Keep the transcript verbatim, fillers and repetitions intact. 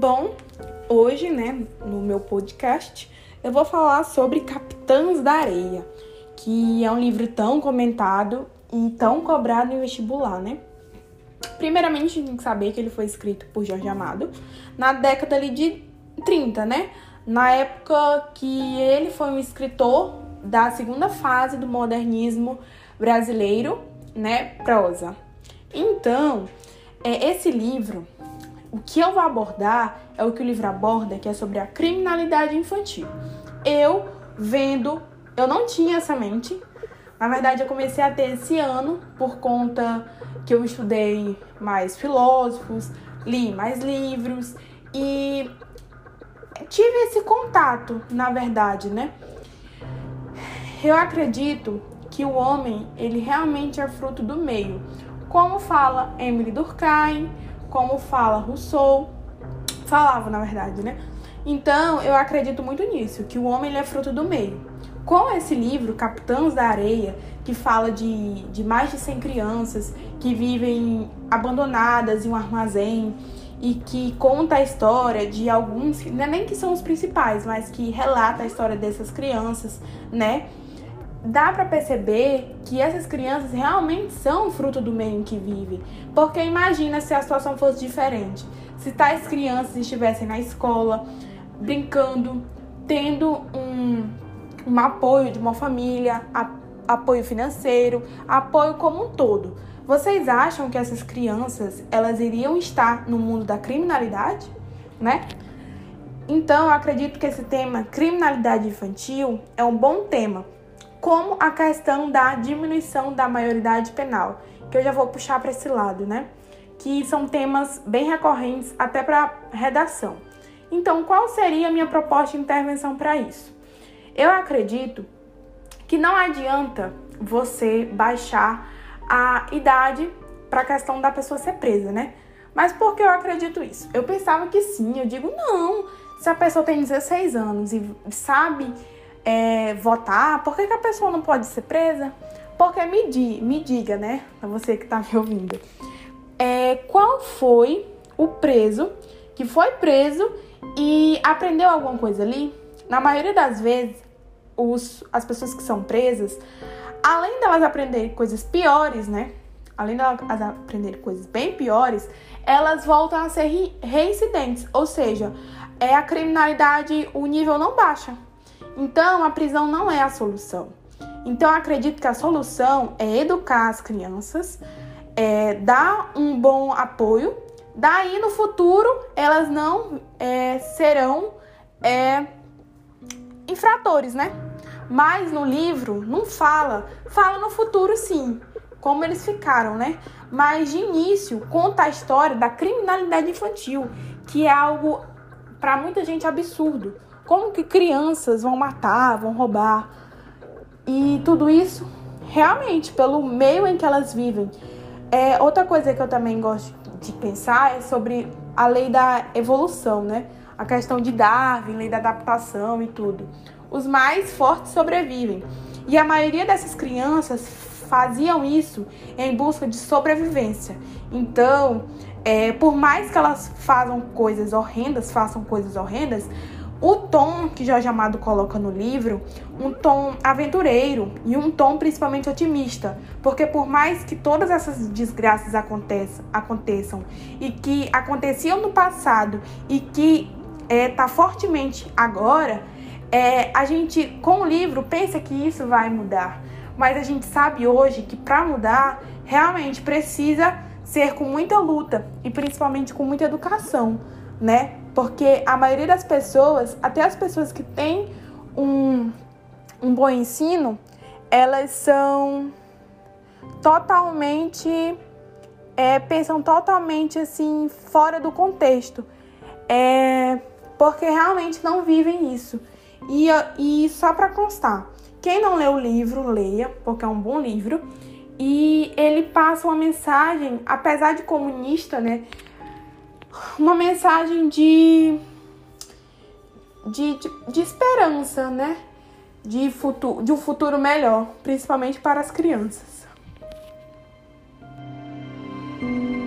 Bom, hoje, né, no meu podcast, eu vou falar sobre Capitães da Areia, que é um livro tão comentado e tão cobrado em vestibular, né? Primeiramente, a gente tem que saber que ele foi escrito por Jorge Amado na década ali de trinta, né? Na época que ele foi um escritor da segunda fase do modernismo brasileiro, né, prosa. Então, é, esse livro, o que eu vou abordar é o que o livro aborda, que é sobre a criminalidade infantil. Eu, vendo, eu não tinha essa mente. Na verdade, eu comecei a ter esse ano por conta que eu estudei mais filósofos, li mais livros e tive esse contato, na verdade, né? Eu acredito que o homem, ele realmente é fruto do meio. Como fala Émile Durkheim, como fala Rousseau, falava, na verdade, né? Então, eu acredito muito nisso, que o homem ele é fruto do meio. Com esse livro, Capitães da Areia, que fala de, de mais de cem crianças que vivem abandonadas em um armazém e que conta a história de alguns, não é nem que são os principais, mas que relata a história dessas crianças, né? Dá para perceber que essas crianças realmente são fruto do meio em que vivem. Porque imagina se a situação fosse diferente. Se tais crianças estivessem na escola, brincando, tendo um, um apoio de uma família, a, apoio financeiro, apoio como um todo. Vocês acham que essas crianças, elas iriam estar no mundo da criminalidade, né? Então, eu acredito que esse tema, criminalidade infantil, é um bom tema. Como a questão da diminuição da maioridade penal, que eu já vou puxar para esse lado, né? Que são temas bem recorrentes até para redação. Então, qual seria a minha proposta de intervenção para isso? Eu acredito que não adianta você baixar a idade para a questão da pessoa ser presa, né? Mas por que eu acredito isso? Eu pensava que sim, eu digo não. Se a pessoa tem dezesseis anos e sabe é, votar, por que, que a pessoa não pode ser presa? Porque me, di, me diga, né, pra você que tá me ouvindo, é, qual foi o preso que foi preso e aprendeu alguma coisa ali? Na maioria das vezes, os, as pessoas que são presas, além delas aprenderem coisas piores, né, além delas aprenderem coisas bem piores, elas voltam a ser reincidentes, ou seja, é a criminalidade, o nível não baixa. Então, a prisão não é a solução. Então, eu acredito que a solução é educar as crianças, é, dar um bom apoio. Daí, no futuro, elas não é, serão é, infratores, né? Mas no livro não fala. Fala no futuro, sim, como eles ficaram, né? Mas, de início, conta a história da criminalidade infantil, que é algo, para muita gente, absurdo. Como que crianças vão matar, vão roubar? E tudo isso, realmente, pelo meio em que elas vivem. É, outra coisa que eu também gosto de pensar é sobre a lei da evolução, né? A questão de Darwin, lei da adaptação e tudo. Os mais fortes sobrevivem. E a maioria dessas crianças faziam isso em busca de sobrevivência. Então, é, por mais que elas façam coisas horrendas, façam coisas horrendas, o tom que Jorge Amado coloca no livro, um tom aventureiro e um tom principalmente otimista, porque por mais que todas essas desgraças aconteçam, aconteçam e que aconteciam no passado e que está é, fortemente agora, é, a gente, com o livro, pensa que isso vai mudar, mas a gente sabe hoje que para mudar, realmente precisa ser com muita luta e principalmente com muita educação, né? Porque a maioria das pessoas, até as pessoas que têm um, um bom ensino, elas são totalmente, é, pensam totalmente assim, fora do contexto. É, porque realmente não vivem isso. E, e só para constar, quem não leu o livro, leia, porque é um bom livro. E ele passa uma mensagem, apesar de comunista, né? Uma mensagem de, de, de, de esperança, né? De, futuro, de um futuro melhor, principalmente para as crianças.